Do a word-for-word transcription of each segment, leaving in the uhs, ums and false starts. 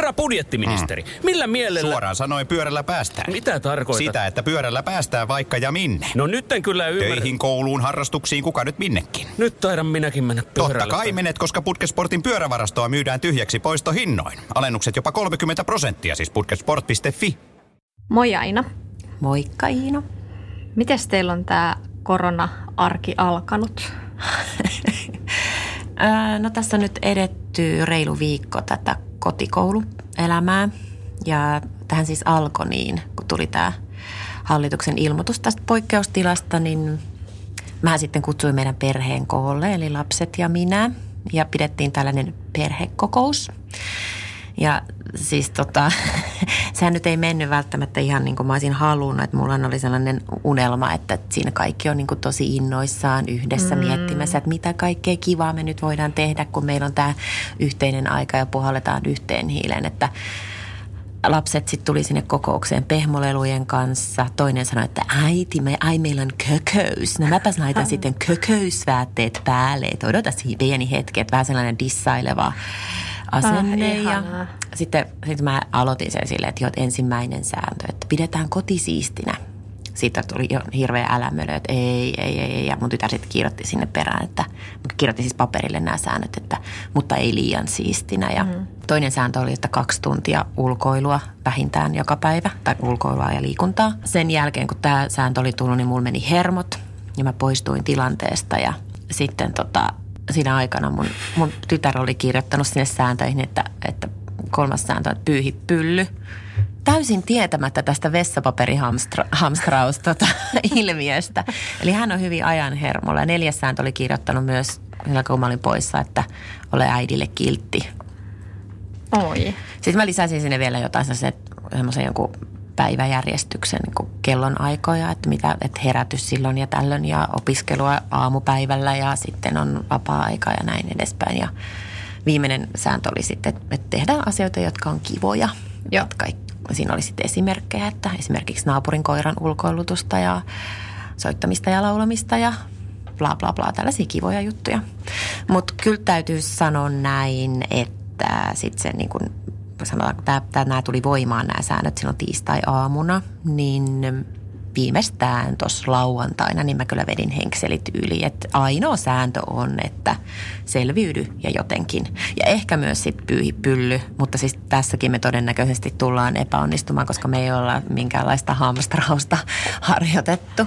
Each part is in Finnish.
Herra budjettiministeri, mm. millä mielellä... Suoraan sanoen pyörällä päästään. Mitä tarkoitat? Sitä, että pyörällä päästään vaikka ja minne. No nyt en kyllä ymmärrä. Töihin, kouluun, harrastuksiin, kuka nyt minnekin. Nyt taidan minäkin mennä pyörällä. Totta kai menet, koska Putkesportin pyörävarastoa myydään tyhjäksi poistohinnoin. Alennukset jopa kolmekymmentä prosenttia, siis putkesport piste fi. Moi Aina. Moikka Iino. Mites teillä on tää korona-arki alkanut? No tässä on nyt edetty reilu viikko tätä kotikouluelämää. Ja tähän siis alkoi niin, kun tuli tämä hallituksen ilmoitus tästä poikkeustilasta, niin mä sitten kutsuin meidän perheen koolle, eli lapset ja minä. Ja pidettiin tällainen perhekokous. Ja siis tota, sehän nyt ei mennyt välttämättä ihan niin kuin mä olisin halunnut, että mulla oli sellainen unelma, että siinä kaikki on niin kuin tosi innoissaan yhdessä mm. miettimässä, että mitä kaikkea kivaa me nyt voidaan tehdä, kun meillä on tämä yhteinen aika ja puhalletaan yhteen hiileen, että lapset sitten tuli sinne kokoukseen pehmolelujen kanssa. Toinen sanoi, että äiti, me, ai meillä on kököys. No mäpäs laitan sitten kököysvaatteet päälle, että odota siinä pieni hetki, että vähän sellainen dissaileva asenne. Ah, ja sitten, sitten mä aloitin sen silleen, että, jo, että ensimmäinen sääntö, että pidetään koti siistinä. Siitä tuli jo hirveä älämölö, että ei, ei, ei, ei. Ja mun tytär sitten kirjoitti sinne perään, että kirjoitti siis paperille nämä säännöt, että mutta ei liian siistinä. Ja mm. toinen sääntö oli, että kaksi tuntia ulkoilua vähintään joka päivä, tai ulkoilua ja liikuntaa. Sen jälkeen, kun tämä sääntö oli tullut, niin mulla meni hermot ja mä poistuin tilanteesta ja sitten tota, siinä aikana mun, mun tytär oli kirjoittanut sinne sääntöihin, että, että kolmas sääntö on, että pyyhi pylly. Täysin tietämättä tästä vessapaperihamstraus tota, ilmiöstä. Eli hän on hyvin ajan hermolla. Ja neljäs sääntö oli kirjoittanut myös, kun mä olin poissa, että ole äidille kiltti. Oi. Sitten mä lisäsin sinne vielä jotain semmoisen jonkun päiväjärjestyksen niin kellonaikoja, että, mitä, että herätys silloin ja tällöin ja opiskelua aamupäivällä ja sitten on vapaa-aika ja näin edespäin. Ja viimeinen sääntö oli sitten, että tehdään asioita, jotka on kivoja. Jotka, siinä oli sitten esimerkkejä, että esimerkiksi naapurin koiran ulkoilutusta ja soittamista ja laulamista ja bla bla bla, tällaisia kivoja juttuja. Mutta kyllä täytyy sanoa näin, että sitten se niin kuin sanotaan, että nämä tuli voimaan nämä säännöt silloin tiistai-aamuna, niin viimeistään tuossa lauantaina, niin mä kyllä vedin henkselit yli. Että ainoa sääntö on, että selviydy ja jotenkin. Ja ehkä myös sitten pyyhi pylly, mutta siis tässäkin me todennäköisesti tullaan epäonnistumaan, koska me ei olla minkäänlaista hamstrausta harjoitettu.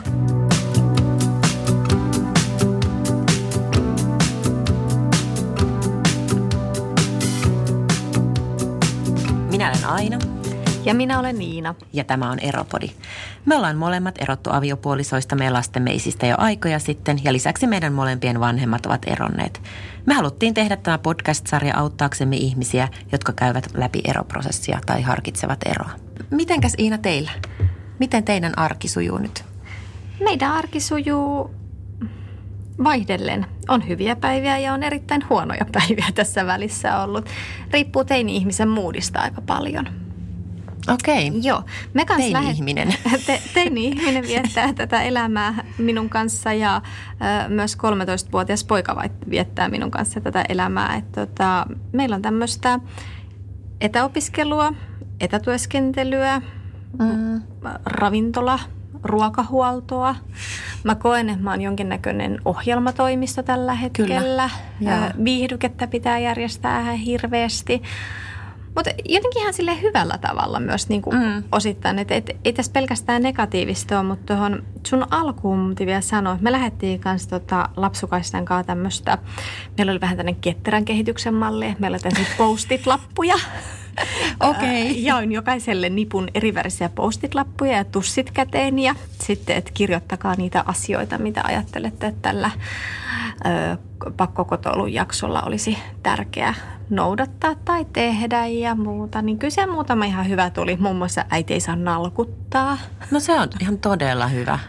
Minä olen Aina. Ja minä olen Niina. Ja tämä on Eropodi. Me ollaan molemmat erottu aviopuolisoistamme ja lastemme isistä jo aikoja sitten, ja lisäksi meidän molempien vanhemmat ovat eronneet. Me haluttiin tehdä tämä podcast-sarja auttaaksemme ihmisiä, jotka käyvät läpi eroprosessia tai harkitsevat eroa. Mitenkäs Iina teillä? Miten teidän arki sujuu nyt? Meidän arki sujuu vaihdellen. On hyviä päiviä ja on erittäin huonoja päiviä tässä välissä ollut. Riippuu teini-ihmisen moodista aika paljon. Okei. Joo. Me kans teini-ihminen. Lähet... Te, teini-ihminen viettää tätä elämää minun kanssa ja ö, myös kolmetoistavuotias poika viettää minun kanssa tätä elämää. Et, tota, meillä on tämmöistä etäopiskelua, etätyöskentelyä, mm. ravintola, ruokahuoltoa. Mä koen, että mä oon jonkinnäköinen ohjelmatoimisto tällä hetkellä. Kyllä. Viihdykettä pitää järjestää ihan hirveästi. Mutta jotenkin ihan silleen hyvällä tavalla myös niin kuin mm. osittain, että et, ei tässä pelkästään negatiivista ole, mutta tuohon sun alkuun muuten vielä sanoa, että me lähdettiin kanssa tota lapsukaisten kanssa tämmöistä, meillä oli vähän tämmöinen ketterän kehityksen malli, meillä oli tämmöisiä post-it-lappuja. Okei. Okay. Jaoin jokaiselle nipun erivärisiä post-it-lappuja ja tussit käteen ja sitten, että kirjoittakaa niitä asioita, mitä ajattelette, että tällä ö, pakkokotoilun jaksolla olisi tärkeää noudattaa tai tehdä ja muuta. Niin kyllä se muutama ihan hyvä tuli. Muun muassa äiti ei saa nalkuttaa. No se on ihan todella hyvä.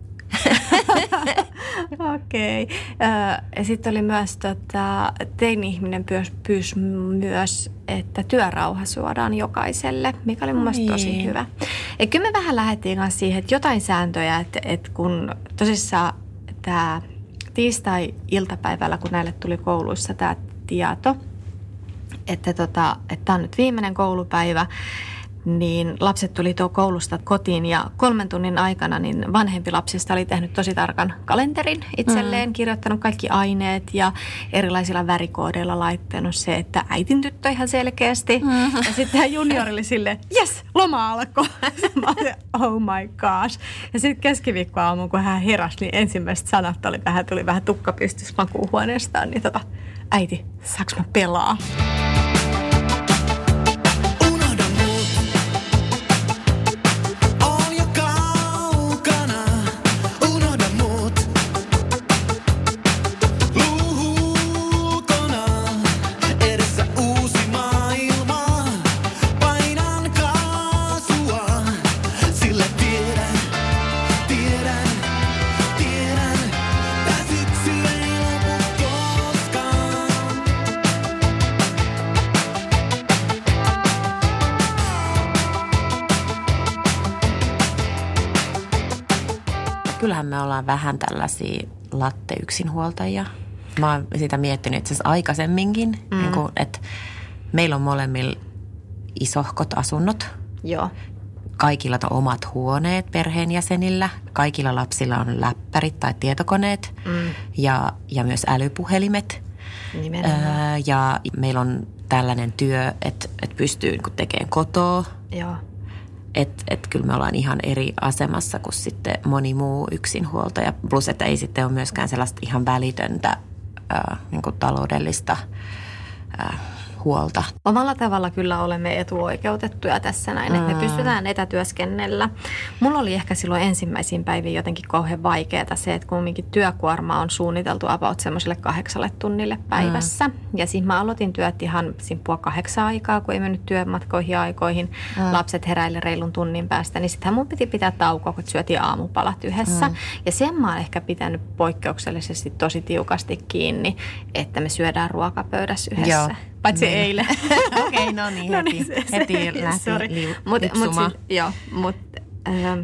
Okei. Okay. Ja sitten oli myös, tota, teini-ihminen pyysi myös, että työrauha suodaan jokaiselle, mikä oli mun mielestä tosi hyvä. Ja kyllä me vähän lähdettiin kanssa siihen, että jotain sääntöjä, että, että kun tosissaan tämä tiistai-iltapäivällä, kun näille tuli kouluissa tämä tieto, että tota, että on nyt viimeinen koulupäivä, niin lapset tuli tuo koulusta kotiin ja kolmen tunnin aikana niin vanhempi lapsista oli tehnyt tosi tarkan kalenterin itselleen, mm. kirjoittanut kaikki aineet ja erilaisilla värikoodeilla laittanut se, että äitin tyttö ihan selkeästi. Mm. Ja sitten tämä juniori oli silleen, jes, loma alkoi. Mä olin, oh my gosh. Ja sitten keskiviikkoaamuun, kun hän heräsi, niin ensimmäiset sanat oli vähän, tuli vähän tukka pystys makuuhuoneestaan, niin tota, äiti, saaks mä pelaa? Kyllähän me ollaan vähän tällaisia latte-yksinhuoltajia. Mä oon sitä miettinyt itse asiassa aikaisemminkin, mm. niin kun, että meillä on molemmilla isohkot asunnot. Joo. Kaikilla on omat huoneet perheenjäsenillä. Kaikilla lapsilla on läppärit tai tietokoneet mm. ja, ja myös älypuhelimet. Nimenomaan. Öö, ja meillä on tällainen työ, että, että pystyy tekemään kotoa. Joo. Että et kyllä me ollaan ihan eri asemassa kuin sitten moni muu yksinhuoltaja. Plus, että ei sitten ole myöskään sellaista ihan välitöntä ää, niin kuin taloudellista ää, huolta. Omalla tavalla kyllä olemme etuoikeutettuja tässä näin, että me pystytään etätyöskennellä. Mulla oli ehkä silloin ensimmäisiin päiviin jotenkin kauhean vaikeaa se, että kumminkin työkuorma on suunniteltu about semmoiselle kahdeksalle tunnille päivässä. Mm. Ja siinä mä aloitin työt ihan simpua kahdeksan aikaa, kun ei mennyt työmatkoihin aikoihin. Mm. Lapset heräili reilun tunnin päästä, niin sittenhän mun piti pitää taukoa, kun syötiin aamupalat yhdessä. Mm. Ja sen mä oon ehkä pitänyt poikkeuksellisesti tosi tiukasti kiinni, että me syödään ruokapöydässä yhdessä. Joo. Paitsi niin. Eilen. Okei, okay, no niin, heti, no niin, se, heti se, lähti li, mut, lipsumaan. Mut, joo, mutta ähm,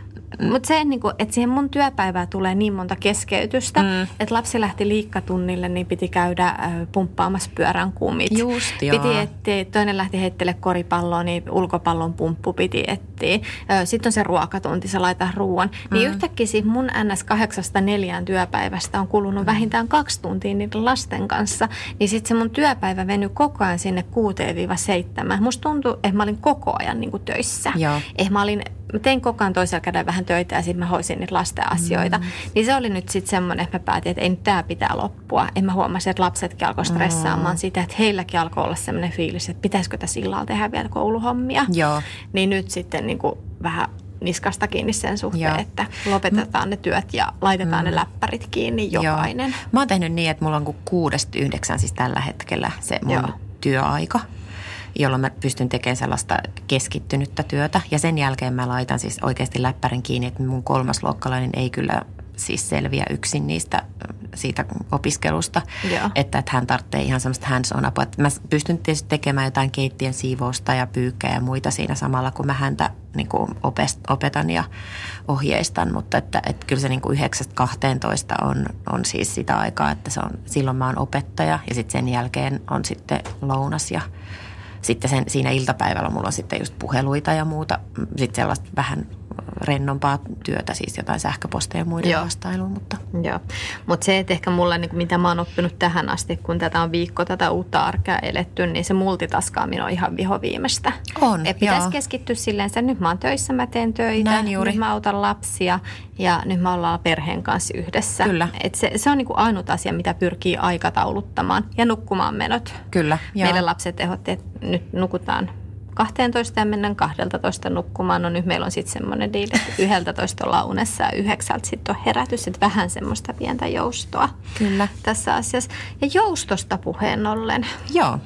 mut se, niinku, että siihen mun työpäivään tulee niin monta keskeytystä, mm. että lapsi lähti liikkatunnille, niin piti käydä äh, pumppaamassa pyörän kumit. Just, joo. Piti etsiä, toinen lähti heittele koripalloa, niin ulkopallon pumppu piti etsiä. Sitten on se ruokatunti, sä laitat ruoan. Mm. Niin yhtäkkiä siitä mun ns kahdeksasta neljään työpäivästä on kulunut mm. vähintään kaksi tuntia niiden lasten kanssa. Niin sitten se mun työpäivä venyi koko ajan sinne kuuteen seitsemään. Musta tuntui, että mä olin koko ajan niin kuin töissä. Että mä olin... Mä tein koko ajan toisella kädellä vähän töitä ja sitten mä hoisin niitä lasten asioita. Mm. Niin se oli nyt sitten semmoinen, että mä päätin, että ei nyt tää pitää loppua. En mä huomasin, että lapsetkin alkoi stressaamaan mm. sitä, että heilläkin alkoi olla semmoinen fiilis, että pitäisikö tässä illalla tehdä vielä kouluhommia. Joo. Niin nyt sitten niin kuin vähän niskasta kiinni sen suhteen, Joo. että lopetetaan mm. ne työt ja laitetaan mm. ne läppärit kiinni jokainen. Joo. Mä oon tehnyt niin, että mulla on kuin kuudesta yhdeksän siis tällä hetkellä se mun Joo. työaika, jolloin mä pystyn tekemään sellaista keskittynyttä työtä. Ja sen jälkeen mä laitan siis oikeasti läppärin kiinni, että mun kolmasluokkalainen ei kyllä siis selviä yksin niistä, siitä opiskelusta. Että, että hän tarvitsee ihan semmoista hands-on-apua. Että mä pystyn tietysti tekemään jotain keittien siivousta ja pyykkää ja muita siinä samalla, kun mä häntä niin kuin opetan ja ohjeistan. Mutta että, että kyllä se niin kuin yhdeksästä kahteentoista on, on siis sitä aikaa, että se on, silloin mä oon opettaja ja sitten sen jälkeen on sitten lounas ja sitten sen, siinä iltapäivällä mulla on sitten just puheluita ja muuta, sitten sellaista vähän rennompaa työtä, siis jotain sähköposteja ja muiden vastailua. Mutta. Joo, mutta se, että ehkä mulla, niin mitä mä oon oppinut tähän asti, kun tätä on viikko tätä uutta arkea eletty, niin se multitaskaaminen on ihan vihoviimeistä. On, Et pitäisi keskittyä silleen, että nyt mä oon töissä, mä teen töitä, nyt mä autan lapsia ja nyt mä ollaan perheen kanssa yhdessä. Kyllä. Et se, se on niin kuin ainut asia, mitä pyrkii aikatauluttamaan ja nukkumaan menot. Kyllä, joo. Meille lapset ehdotti, että nyt nukutaan kahteentoista ja mennään kahdeltatoista nukkumaan. No nyt meillä on sitten semmoinen diili, että yhdeltätoista ollaan unessa ja yhdeksältä sitten on herätys, että vähän semmoista pientä joustoa Kyllä. tässä asiassa. Ja joustosta puheen ollen. Joo.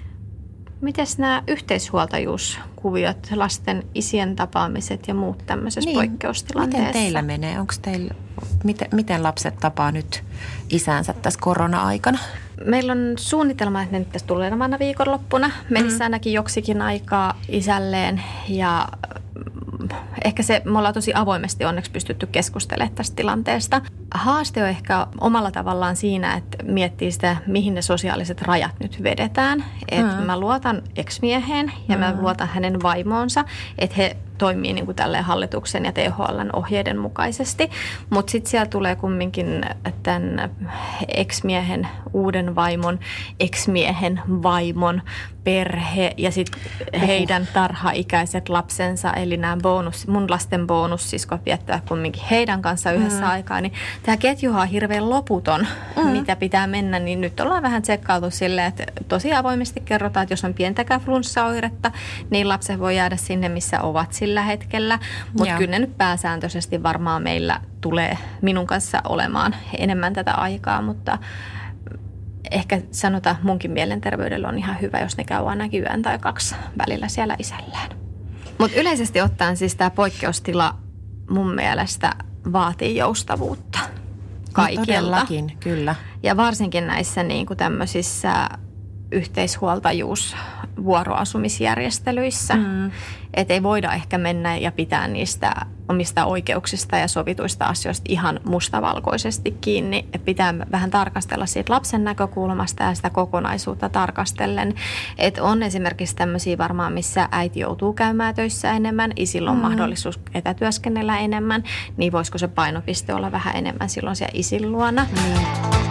Mites nämä yhteishuoltajuuskuviot, lasten isien tapaamiset ja muut tämmöisessä niin, poikkeustilanteessa? Miten teillä menee? Onko teillä, miten, miten lapset tapaa nyt isänsä tässä korona-aikana? Meillä on suunnitelma, että ne nyt tässä tulevana viikonloppuna menisi mm. ainakin joksikin aikaa isälleen ja ehkä se, me ollaan tosi avoimesti onneksi pystytty keskustelemaan tästä tilanteesta. Haaste on ehkä omalla tavallaan siinä, että miettii sitä, mihin ne sosiaaliset rajat nyt vedetään. Että mm. mä luotan ex-mieheen ja mm. mä luotan hänen vaimoonsa, että he toimii niin kuin tälleen hallituksen ja T H L:n ohjeiden mukaisesti. Mutta sitten siellä tulee kumminkin tämän ex-miehen, uuden vaimon, ex-miehen vaimon perhe ja sitten heidän tarhaikäiset lapsensa, eli nämä bonus, mun lasten bonussiskot viettää kumminkin heidän kanssa yhdessä mm. aikaa. Niin tämä ketjuhan on hirveän loputon, mm. mitä pitää mennä, niin nyt ollaan vähän tsekkailtu silleen, että tosi avoimesti kerrotaan, että jos on pientäkään flunssaoiretta, niin lapset voi jäädä sinne, missä ovat sillä hetkellä. Mutta kyllä ne nyt pääsääntöisesti varmaan meillä tulee minun kanssa olemaan enemmän tätä aikaa, mutta ehkä sanotaan, munkin mielenterveydellä on ihan hyvä, jos ne käy ainakin yön tai kaksi välillä siellä isällään. Mutta yleisesti ottaen siis tämä poikkeustila mun mielestä vaatii joustavuutta kaikilta. No todellakin, kyllä. Ja varsinkin näissä niin kuin tämmöisissä yhteishuoltajuus vuoroasumisjärjestelyissä. Mm. Että ei voida ehkä mennä ja pitää niistä omista oikeuksista ja sovituista asioista ihan mustavalkoisesti kiinni. Et pitää vähän tarkastella siitä lapsen näkökulmasta ja sitä kokonaisuutta tarkastellen. Että on esimerkiksi tämmöisiä varmaan, missä äiti joutuu käymään töissä enemmän, isillä on mm. mahdollisuus etätyöskennellä enemmän, niin voisiko se painopiste olla vähän enemmän silloin siellä isin luona. Mm.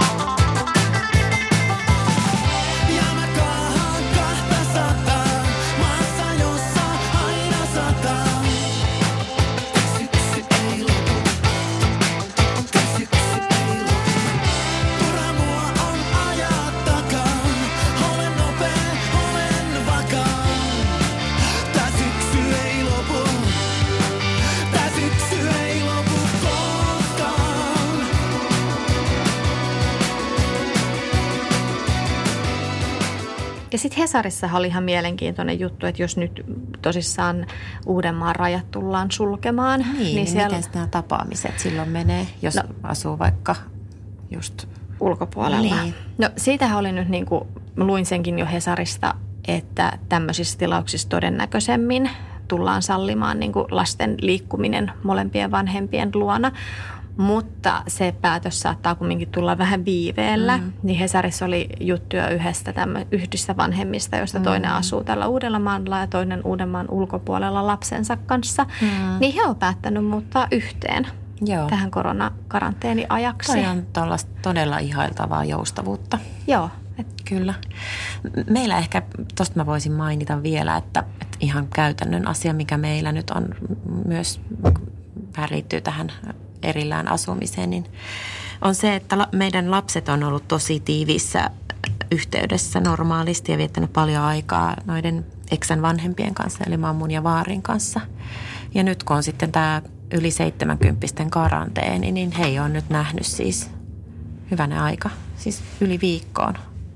Ja sitten Hesarissa oli ihan mielenkiintoinen juttu, että jos nyt tosissaan Uudenmaan rajat tullaan sulkemaan. Niin, niin, niin siellä miten nämä tapaamiset silloin menee, jos no, asuu vaikka just ulkopuolella. Niin. No siitähän oli nyt niin kuin, luin senkin jo Hesarista, että tämmöisissä tilauksissa todennäköisemmin tullaan sallimaan niin kuin lasten liikkuminen molempien vanhempien luona. Mutta se päätös saattaa kumminkin tulla vähän viiveellä. Mm. Niin Hesarissa oli juttuja yhdestä, tämmö, yhdistä vanhemmista, joista mm. toinen asuu tällä Uudellamaalla ja toinen Uudenmaan ulkopuolella lapsensa kanssa. Mm. Niin he on päättänyt muuttaa yhteen Joo. tähän koronakaranteeniajaksi. Toi on tuollaista todella ihailtavaa joustavuutta. Joo. Et kyllä. Meillä ehkä, tuosta mä voisin mainita vielä, että, että ihan käytännön asia, mikä meillä nyt on myös, vähän liittyy tähän erillään asumiseen, niin on se, että meidän lapset on ollut tosi tiiviissä yhteydessä normaalisti ja viettänyt paljon aikaa noiden eksän vanhempien kanssa, eli mammun ja vaarin kanssa. Ja nyt kun on sitten tämä yli seitsemänkymppisten karanteeni, niin he ei ole nyt nähnyt siis hyvänä aika, siis yli viikkoon.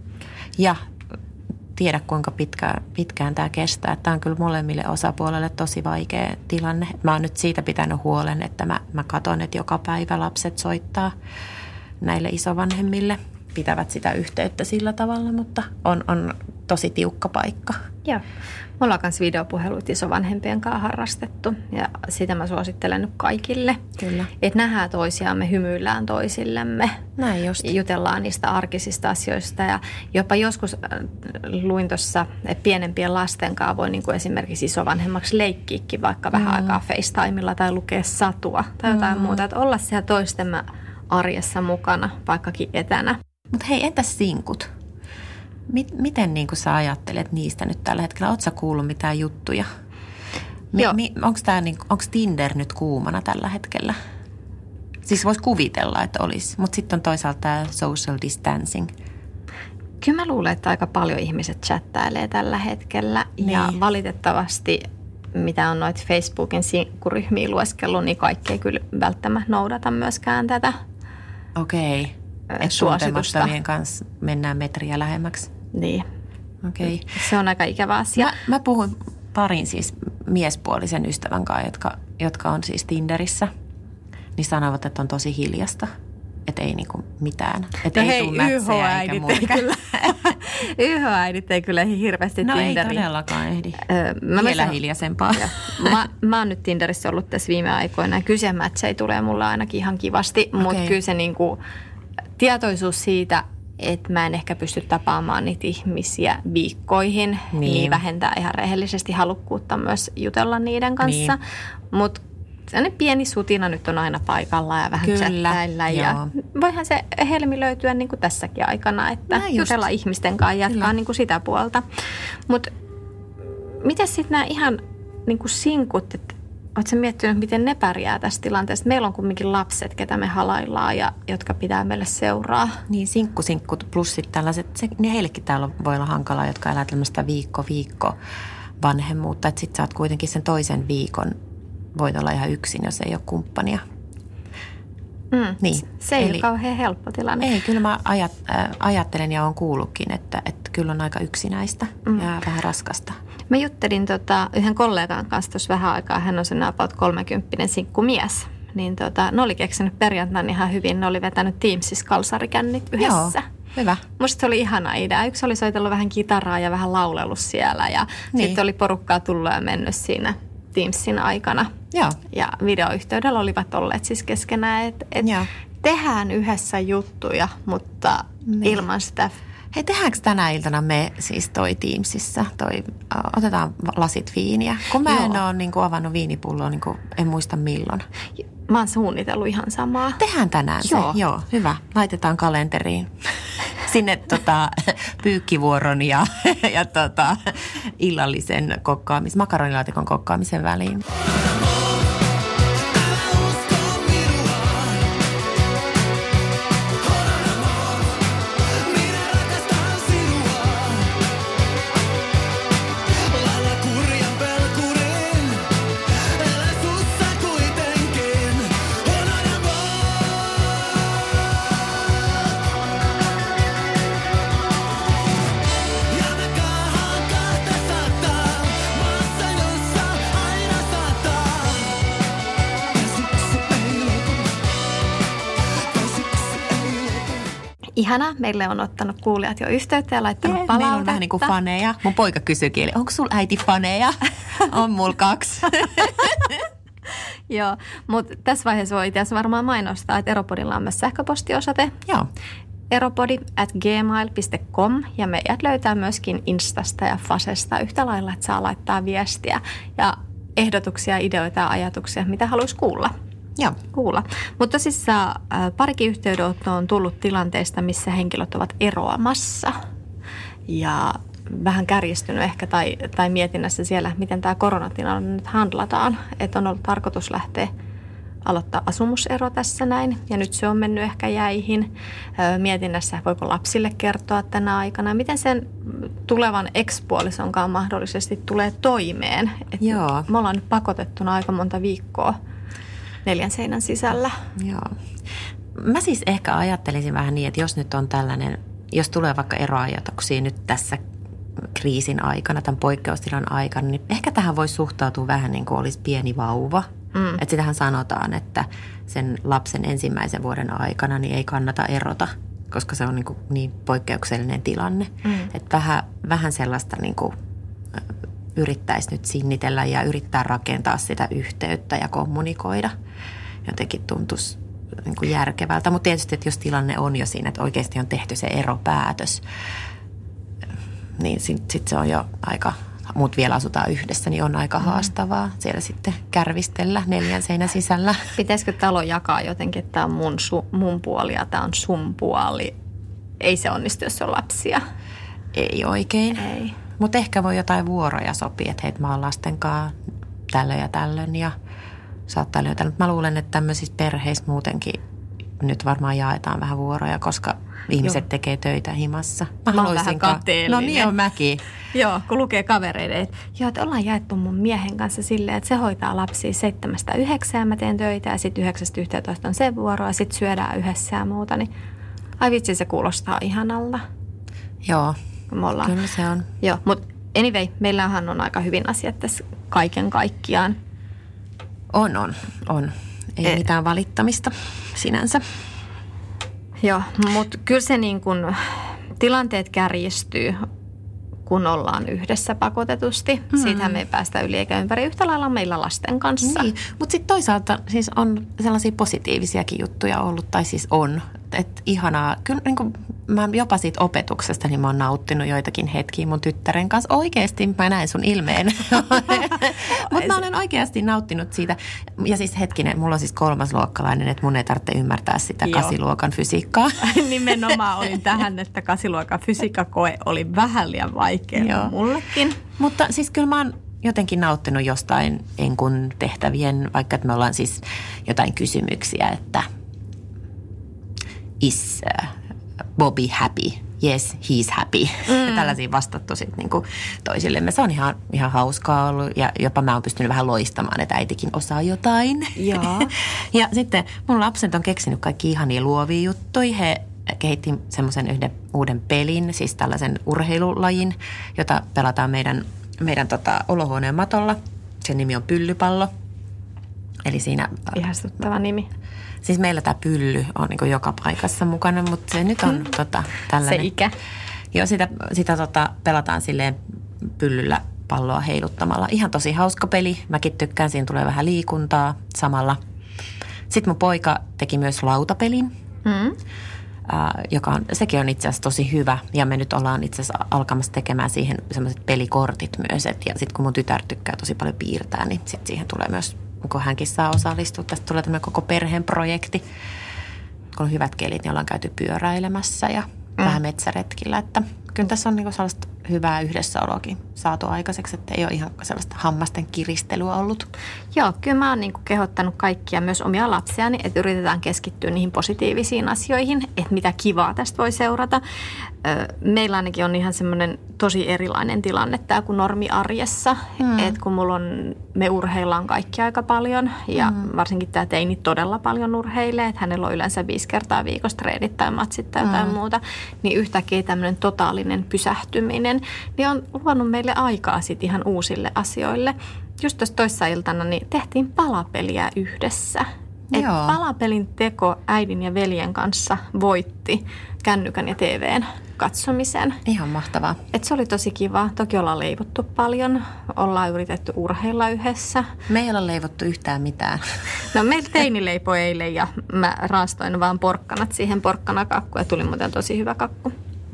Ja tiedä, kuinka pitkä, pitkään tämä kestää. Tämä on kyllä molemmille osapuolelle tosi vaikea tilanne. Mä oon nyt siitä pitänyt huolen, että mä, mä katon, että joka päivä lapset soittaa näille isovanhemmille. Pitävät sitä yhteyttä sillä tavalla, mutta on, on tosi tiukka paikka. Joo. Me ollaan myös videopuheluita isovanhempien kanssa harrastettu ja sitä mä suosittelen nyt kaikille. Kyllä. Että nähdään toisiamme, hymyillään toisillemme. Näin just. Jutellaan niistä arkisista asioista ja jopa joskus luin tuossa, että pienempien lasten kanssa voi niin kuin esimerkiksi isovanhemmaksi leikkiäkin vaikka vähän mm. aikaa FaceTimella tai lukea satua tai jotain mm. muuta. Että olla siellä toistemme arjessa mukana, vaikkakin etänä. Mutta hei, entäs sinkut? Miten niin kuin sä ajattelet niistä nyt tällä hetkellä? Ootko sä kuullut mitään juttuja? Mi- mi- Onko niin, Tinder nyt kuumana tällä hetkellä? Siis voisi kuvitella, että olisi, mutta sitten on toisaalta tämä social distancing. Kyllä mä luulen, että aika paljon ihmiset chattailee tällä hetkellä. Niin. Ja valitettavasti, mitä on noita Facebookin sinkkuryhmiä lueskellut, niin kaikki ei kyllä välttämättä noudata myöskään tätä Okei. Okay. Että tuntemattomien kanssa mennään metriä lähemmäksi. Niin. Okei. Okay. Se on aika ikävä asia. Mä, mä puhun parin siis miespuolisen ystävän kanssa, jotka, jotka on siis Tinderissä. Niin sanovat, että on tosi hiljasta. että ei niinku mitään. Että no ei hei, tule mätsejä eikä muita. Y H-äidit ei kyllä hirveästi no Tinderiin. No ei todellakaan ehdi. Öö, mä Vielä sanon, hiljaisempaa. mä, mä oon nyt Tinderissä ollut tässä viime aikoina. Kyllä se mätsejä tulee mulle ainakin ihan kivasti, okay. Mutta kyllä se niinku, tietoisuus siitä, että mä en ehkä pysty tapaamaan niitä ihmisiä viikkoihin, niin, niin vähentää ihan rehellisesti halukkuutta myös jutella niiden kanssa. Niin. Mutta sellainen pieni sutina nyt on aina paikalla ja vähän chattailla. Ja voihan se helmi löytyä niin kuin tässäkin aikana, että jutella ihmisten kanssa ja jatkaa niin kuin sitä puolta. Mutta miten sitten nämä ihan niin kuin sinkut, että oletko sä miettinyt, miten ne pärjää tässä tilanteessa? Meillä on kumminkin lapset, ketä me halaillaan ja jotka pitää meille seuraa. Niin, sinkkusinkkut plus sitten tällaiset, se, niin heillekin täällä voi olla hankalaa, jotka elää tämmöistä viikko-viikko vanhemmuutta. Että sit sä oot kuitenkin sen toisen viikon, voit olla ihan yksin, jos ei ole kumppania. Mm, niin. Se ei Eli, ole kauhean helppo tilanne. Ei, kyllä mä ajat, äh, ajattelen ja olen kuullutkin, että, että kyllä on aika yksinäistä mm. ja vähän raskasta. Mä juttelin tota, yhden kollegan kanssa tuossa vähän aikaa. Hän on sen about kolmekymppinen sinkkumies. Niin tota, ne oli keksinyt perjantaina ihan hyvin. Ne oli vetänyt Teamsissa kalsarikännit yhdessä. Joo, hyvä. Musta se oli ihana idea. Yksi oli soitellut vähän kitaraa ja vähän laulellut siellä. Ja niin. Sitten oli porukkaa tullut ja mennyt siinä Teamsin aikana. Joo. Ja videoyhteydellä olivat olleet siis keskenään, että et tehdään yhdessä juttuja, mutta niin. ilman sitä. Hei, tehdäänkö tänä iltana me siis toi Teamsissa, toi, otetaan lasit viiniä? Kun mä Joo. en ole niin kuin avannut viinipulloa, niin kuin en muista milloin. Mä oon suunnitellut ihan samaa. Tehdään tänään Joo. se. Joo, hyvä. Laitetaan kalenteriin. Sinne tota, pyykkivuoron ja, ja tota, illallisen kokkaamisen, makaronilaatikon kokkaamisen väliin. Ihana. Meille on ottanut kuulijat jo yhteyttä ja laittanut Jee, palautetta. Meillä on vähän niin kuin faneja. Mun poika kysyykin, eli onko sulla äiti faneja? On mulla kaksi. Joo, mutta tässä vaiheessa voi itse asiassa varmaan mainostaa, että Eropodilla on myös sähköpostiosoite. Joo. Eropodi at gmail dot com ja meidät löytää myöskin Instasta ja Fasesta yhtä lailla, että saa laittaa viestiä ja ehdotuksia, ideoita ja ajatuksia, mitä haluaisi kuulla. Joo. Kuulla. Mutta siis äh, parikin yhteydenottoa on tullut tilanteesta, missä henkilöt ovat eroamassa ja vähän kärjistynyt ehkä tai, tai mietinnässä siellä, miten tämä koronatilanne nyt handlataan. Että on ollut tarkoitus lähteä aloittaa asumusero tässä näin ja nyt se on mennyt ehkä jäihin. Öö, mietinnässä, voiko lapsille kertoa tänä aikana, miten sen tulevan ekspuolisonkaan mahdollisesti tulee toimeen. Et Joo. Me ollaan nyt pakotettuna aika monta viikkoa neljän seinän sisällä. Joo. Mä siis ehkä ajattelisin vähän niin, että jos nyt on tällainen, jos tulee vaikka eroajatuksia nyt tässä kriisin aikana, tämän poikkeustilan aikana, niin ehkä tähän voisi suhtautua vähän niin kuin olisi pieni vauva. Mm. Että sitähän sanotaan, että sen lapsen ensimmäisen vuoden aikana niin ei kannata erota, koska se on niin, kuin niin poikkeuksellinen tilanne. Mm. Että vähän, vähän sellaista niin kuin yrittäisi nyt sinnitellä ja yrittää rakentaa sitä yhteyttä ja kommunikoida. Jotenkin tuntuisi niin kuin järkevältä. Mutta tietysti, että jos tilanne on jo siinä, että oikeasti on tehty se eropäätös, niin sitten sit se on jo aika, muut vielä asutaan yhdessä, niin on aika haastavaa siellä sitten kärvistellä neljän seinän sisällä. Pitäisikö talo jakaa jotenkin, että tämä on mun, su, mun puoli ja tämä on sun puoli? Ei se onnistu, jos on lapsia. Ei oikein. Ei. Mutta ehkä voi jotain vuoroja sopia, että hei, mä oon lasten kanssa tällöin ja tällöin ja saattaa löytää. Mä luulen, että tämmöisissä perheissä muutenkin nyt varmaan jaetaan vähän vuoroja, koska ihmiset Joo. tekee töitä himassa. Mä, mä oon vähän kateellinen. No niin on mäkin. Joo, kun lukee kavereiden, että joo, että ollaan jaettu mun miehen kanssa silleen, että se hoitaa lapsia seitsemästä yhdeksään ja mä teen töitä ja sitten yhdeksästä yhteentoista on sen vuoro ja sitten syödään yhdessä ja muuta. Niin ai vitsi, se kuulostaa ihanalta. Joo, ollaan, kyllä se on. Joo, mutta anyway, meillähän on aika hyvin asiat tässä kaiken kaikkiaan. On, on, on. Ei e- mitään valittamista sinänsä. Joo, mutta kyllä se niin kun, tilanteet kärjistyy, kun ollaan yhdessä pakotetusti. Hmm. Siitähän me ei päästä yli eikä ympäri. Yhtä lailla meillä lasten kanssa. Niin, mutta sitten toisaalta siis on sellaisia positiivisiakin juttuja ollut, tai siis on. Että ihanaa, kyllä niin kuin, mä jopa siitä opetuksesta, niin mä oon nauttinut joitakin hetkiä mun tyttären kanssa. Oikeasti mä näen sun ilmeen. Mutta mä olen oikeasti nauttinut siitä. Ja siis hetkinen, mulla on siis kolmasluokkalainen, että mun ei tarvitse ymmärtää sitä Joo. kasiluokan fysiikkaa. Nimenomaan olin tähän, että kasiluokan fysiikkakoe oli vähän liian vaikea Joo. mullekin. Mutta siis kyllä mä oon jotenkin nauttinut jostain enkun tehtävien, vaikka että me ollaan siis jotain kysymyksiä, että is uh, Bobby happy? Yes, he's happy. Mm. Tällaisia vastattu sitten niinku toisillemme. Se on ihan, ihan hauskaa ollut ja jopa mä oon pystynyt vähän loistamaan, että äitikin osaa jotain. Joo. Ja sitten mun lapset on keksinyt kaikki ihania luovia juttuja. He kehitti semmoisen yhden uuden pelin, siis tällaisen urheilulajin, jota pelataan meidän, meidän tota, olohuoneen matolla. Sen nimi on Pyllypallo. Eli siinä... Ihastuttava nimi. Siis meillä tämä pylly on niin kuin joka paikassa mukana, mutta se nyt on hmm. tota, tällainen. Se ikä. Joo, sitä, sitä tota, pelataan silleen pyllyllä palloa heiluttamalla. Ihan tosi hauska peli. Mäkin tykkään, siinä tulee vähän liikuntaa samalla. Sitten mun poika teki myös lautapelin, hmm. äh, joka on, sekin on itse asiassa tosi hyvä. Ja me nyt ollaan itse asiassa alkamassa tekemään siihen sellaiset pelikortit myös. Et, ja sitten kun mun tytär tykkää tosi paljon piirtää, niin sitten siihen tulee myös... kun hänkin saa osallistua. Tästä tulee tämmöinen koko perheen projekti. Kun on hyvät kelit, niin ollaan käyty pyöräilemässä ja mm. vähän metsäretkillä. Että kyllä tässä on niinku sellaista hyvää yhdessäoloakin saatu aikaiseksi, että ei ole ihan sellaista hammasten kiristelyä ollut. Joo, kyllä mä oon niinku kehottanut kaikkia, myös omia lapsiani, että yritetään keskittyä niihin positiivisiin asioihin, että mitä kivaa tästä voi seurata. Meillä ainakin on ihan semmoinen tosi erilainen tilanne tämä kuin normiarjessa, mm. että kun mulla on, me urheillaan kaikki aika paljon ja mm. varsinkin tämä teini todella paljon urheilee, että hänellä on yleensä viisi kertaa viikossa treenit tai matsit tai jotain mm. muuta, niin yhtäkkiä tämmöinen totaalinen pysähtyminen, niin on luonut meille aikaa sitten ihan uusille asioille. Just tuossa toissa iltana niin tehtiin palapeliä yhdessä. Et palapelin teko äidin ja veljen kanssa voitti kännykän ja T V:n katsomisen. Ihan mahtavaa. Et se oli tosi kiva. Toki ollaan leivottu paljon. Ollaan yritetty urheilla yhdessä. Me ei olla leivottu yhtään mitään. No meillä teini leipoi eilen ja mä raastoin vaan porkkanat siihen porkkanakakkuun ja tuli muuten tosi hyvä kakku.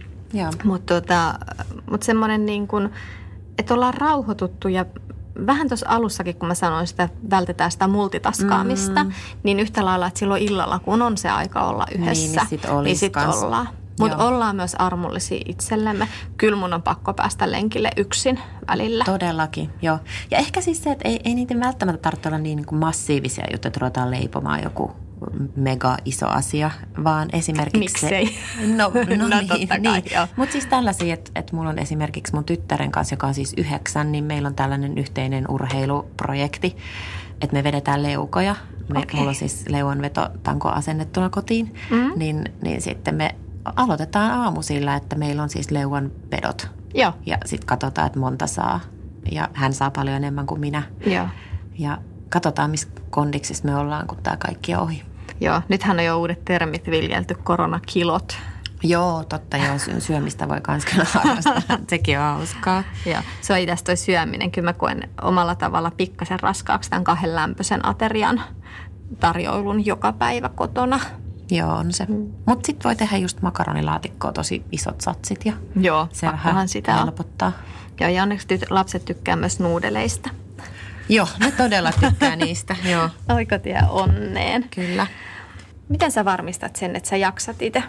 Mutta tota, mut semmoinen niin kuin, että ollaan rauhoituttu ja vähän tuossa alussakin, kun mä sanoin sitä, vältetään sitä multitaskaamista, mm. niin yhtä lailla, että silloin illalla, kun on se aika olla yhdessä, niin, niin sitten niin sit ollaan. Mutta ollaan myös armollisia itsellemme. Kyllä mun on pakko päästä lenkille yksin välillä. Todellakin, joo. Ja ehkä siis se, että ei, ei niitä välttämättä tarvitse olla niin, niin kuin massiivisia juttuja, että ruvetaan leipomaan joku mega iso asia, vaan esimerkiksi... Miksei? Se, no, no, no niin, totta kai, niin. joo. Mutta siis tällaisia, että, että mulla on esimerkiksi mun tyttären kanssa, joka on siis yhdeksän, niin meillä on tällainen yhteinen urheiluprojekti, että me vedetään leukoja. Me, okay. Mulla on siis leuanvetotanko asennettuna kotiin, mm. niin, niin sitten me aloitetaan aamu sillä, että meillä on siis leuanvedot. Joo. Ja sitten katsotaan, että monta saa. Ja hän saa paljon enemmän kuin minä. Joo. Ja katsotaan, missä kondiksissa me ollaan, kun tämä kaikki on ohi. Joo, nythän on jo uudet termit viljelty, koronakilot. Joo, totta joo, syömistä voi myös kyllä harrastaa. Sekin on hauskaa. Joo, se on itse asiassa toi syöminen. Kyllä mä koen omalla tavalla pikkasen raskaaksi tämän kahden lämpöisen aterian tarjoilun joka päivä kotona. Joo, on se. Mm. Mutta sitten voi tehdä just makaronilaatikkoa, tosi isot satsit ja joo, se vähän sitä helpottaa. Joo, ja onneksi tyt- lapset tykkää myös nuudeleista. Joo, ne todella tykkää niistä. Joo. Oikotie onneen. Kyllä. Miten sä varmistat sen, että sä jaksat itse?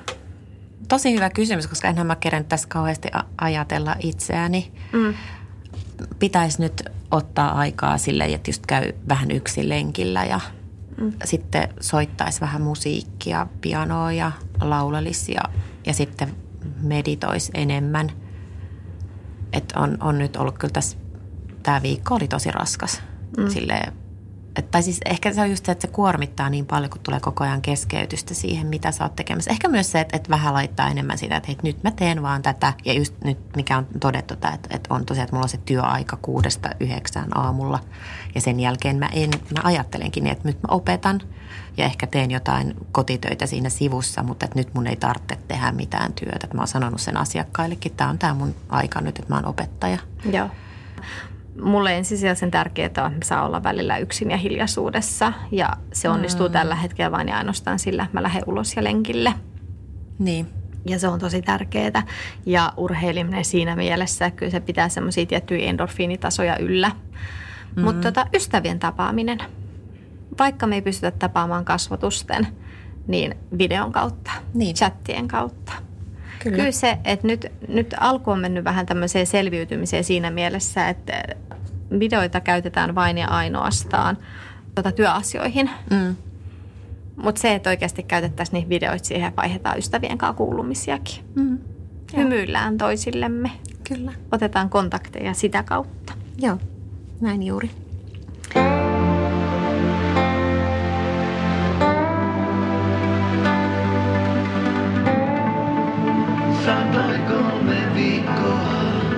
Tosi hyvä kysymys, koska enhän mä kerran tässä kauheasti a- ajatella itseäni. Mm. Pitäisi nyt ottaa aikaa silleen, että just käy vähän yksin lenkillä ja mm. sitten soittaisi vähän musiikkia, pianoa ja laulelisi ja, ja sitten meditoisi enemmän. Että on, on nyt ollut kyllä tässä, tämä viikko oli tosi raskas. Mm. Silleen Et, tai siis ehkä se on just se, että se kuormittaa niin paljon, kun tulee koko ajan keskeytystä siihen, mitä sä oot tekemässä. Ehkä myös se, että, että vähän laittaa enemmän sitä, että hei, nyt mä teen vaan tätä. Ja just nyt, mikä on todettu, että, että on tosiaan, että mulla on se työaika kuudesta yhdeksään aamulla. Ja sen jälkeen mä, en, mä ajattelenkin, että nyt mä opetan ja ehkä teen jotain kotitöitä siinä sivussa, mutta että nyt mun ei tarvitse tehdä mitään työtä. Että mä oon sanonut sen asiakkaillekin, että tämä on tämä mun aika nyt, että mä oon opettaja. Joo. Mulle ensisijaisen tärkeää on, että saa olla välillä yksin ja hiljaisuudessa. Ja se onnistuu mm. tällä hetkellä vain ja ainoastaan sillä, että mä lähden ulos ja lenkille. Niin. Ja se on tosi tärkeää. Ja urheileminen siinä mielessä, että kyllä se pitää semmoisia tiettyjä endorfiinitasoja yllä. Mm. Mutta tota, ystävien tapaaminen. Vaikka me ei pystytä tapaamaan kasvotusten, niin videon kautta, niin. chattien kautta. Kyllä. Kyllä se, että nyt, nyt alku on mennyt vähän tämmöiseen selviytymiseen siinä mielessä, että videoita käytetään vain ja ainoastaan tuota työasioihin. Mm. Mutta se, että oikeasti käytettäisiin niitä videoita siihen ja vaihdetaan ystävien kanssa kuulumisiakin. Mm. Hymyillään toisillemme. Kyllä. Otetaan kontakteja sitä kautta. Joo, näin juuri. Saatoi kolme viikkoa.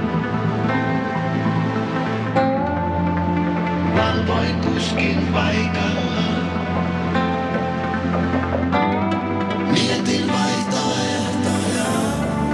Valvoin kuskin paikalla. Mietin vaihtoehtoja.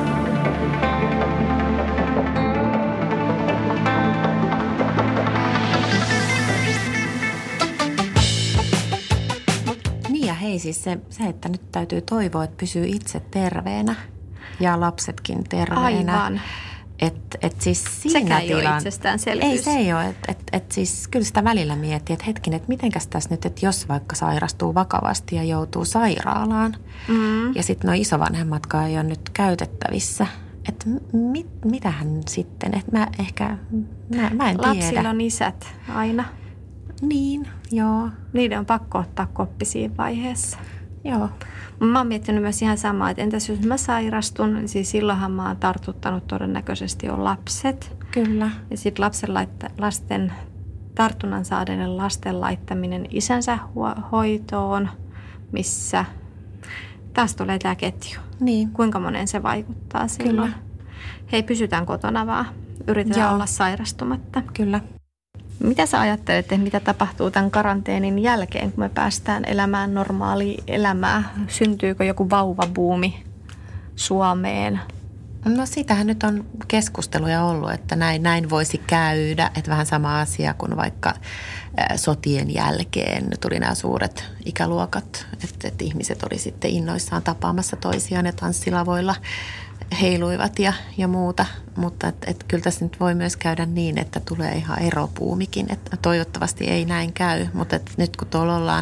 Niin ja hei siis se, se, että nyt täytyy toivoa, että pysyy itse terveenä. Ja lapsetkin terveenä. Aivan. Että et siis siinä Sekä ei tilan... ole itsestäänselvyys. Ei se ei ole. Että et, et siis kyllä sitä välillä miettii, että hetken, että mitenkäs tässä nyt, että jos vaikka sairastuu vakavasti ja joutuu sairaalaan. Mm. Ja sitten nuo isovanhemmatkaan ei ole nyt käytettävissä. Että mit, mitähän sitten? Että mä ehkä, mä, mä en tiedä. Lapsilla on isät aina. Niin, joo. Niiden on pakko ottaa koppi siinä vaiheessa. Joo. Mä oon miettinyt myös ihan samaa, että entäs jos mä sairastun, niin siis silloinhan mä oon tartuttanut todennäköisesti jo lapset. Kyllä. Ja sitten lapsen laitta, lasten, tartunnan saaneiden lasten laittaminen isänsä hoitoon, missä taas tulee tämä ketju. Niin. Kuinka monen se vaikuttaa silloin. Kyllä. Hei, pysytään kotona vaan. Yritetään Joo. olla sairastumatta. Kyllä. Mitä sä ajattelet, että mitä tapahtuu tämän karanteenin jälkeen, kun me päästään elämään normaalia elämää? Syntyykö joku vauvabuumi Suomeen? No sitähän nyt on keskusteluja ollut, että näin, näin voisi käydä. Että vähän sama asia kuin vaikka sotien jälkeen tuli nämä suuret ikäluokat. Että, että ihmiset oli sitten innoissaan tapaamassa toisiaan ja tanssilavoilla heiluivat ja, ja muuta, mutta et, et kyllä tässä nyt voi myös käydä niin, että tulee ihan eropuumikin, että toivottavasti ei näin käy, mutta et nyt kun tuolla ollaan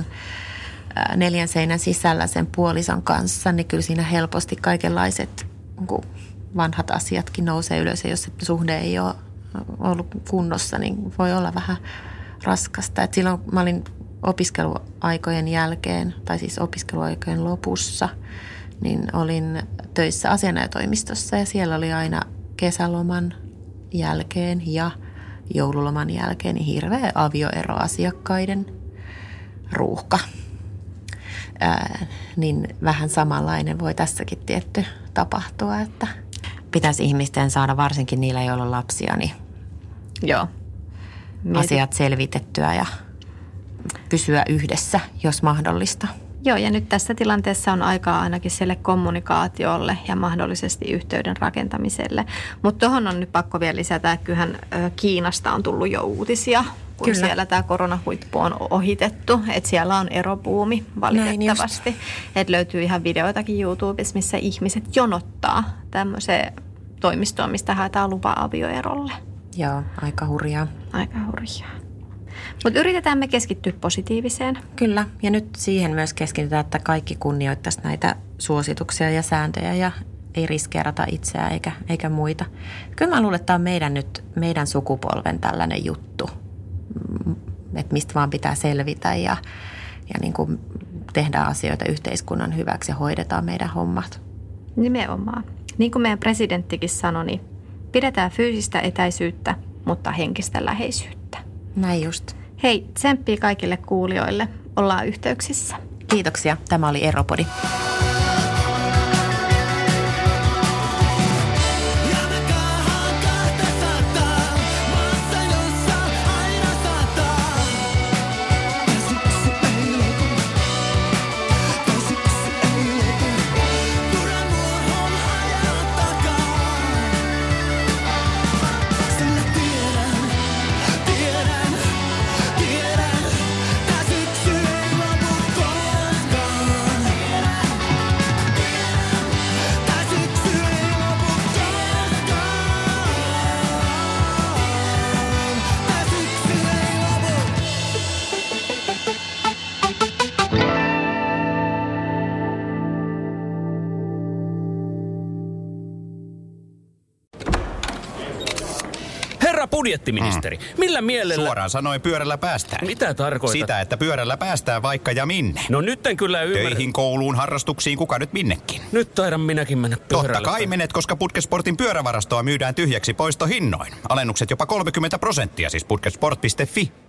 neljän seinän sisällä sen puolison kanssa, niin kyllä siinä helposti kaikenlaiset vanhat asiatkin nousee ylös ja jos se suhde ei ole ollut kunnossa, niin voi olla vähän raskasta. Et silloin mä olin opiskeluaikojen jälkeen, tai siis opiskeluaikojen lopussa, niin olin töissä asianajotoimistossa ja siellä oli aina kesäloman jälkeen ja joululoman jälkeen niin hirveä avioero asiakkaiden ruuhka. Ää, niin vähän samanlainen voi tässäkin tietty tapahtua, että pitäisi ihmisten saada varsinkin niillä, joilla on lapsia, niin Joo. asiat selvitettyä ja pysyä yhdessä, jos mahdollista. Joo, ja nyt tässä tilanteessa on aikaa ainakin sille kommunikaatiolle ja mahdollisesti yhteyden rakentamiselle. Mutta tuohon on nyt pakko vielä lisätä, että kyllähän Kiinasta on tullut jo uutisia, kun Kyllä. siellä tämä koronahuippu on ohitettu. Että siellä on erobuumi valitettavasti. Että löytyy ihan videoitakin YouTubessa, missä ihmiset jonottaa tämmöiseen toimistoon, mistä haetaan lupa avioerolle. Joo, aika hurjaa. Aika hurjaa. Mutta yritetään me keskittyä positiiviseen. Kyllä, ja nyt siihen myös keskitytään, että kaikki kunnioittaisi näitä suosituksia ja sääntöjä ja ei riskeerata itseään eikä, eikä muita. Kyllä mä luulen, että tämä on meidän nyt, meidän sukupolven tällainen juttu, että mistä vaan pitää selvitä ja, ja niin kuin tehdään asioita yhteiskunnan hyväksi ja hoidetaan meidän hommat. Nimenomaan. Niin kuin meidän presidenttikin sanoi, niin pidetään fyysistä etäisyyttä, mutta henkistä läheisyyttä. Näin just. Hei, tsemppiä kaikille kuulijoille. Ollaan yhteyksissä. Kiitoksia. Tämä oli Eropodi. Herra budjettiministeri, millä mielellä... Suoraan sanoen pyörällä päästään. Mitä tarkoitat? Sitä, että pyörällä päästään vaikka ja minne. No nyt en kyllä ymmärrä. Töihin, kouluun, harrastuksiin, kuka nyt minnekin. Nyt taidan minäkin mennä pyörällä. Totta kai menet, koska Putkesportin pyörävarastoa myydään tyhjäksi poistohinnoin. Alennukset jopa kolmekymmentä prosenttia, siis putkesport piste fi.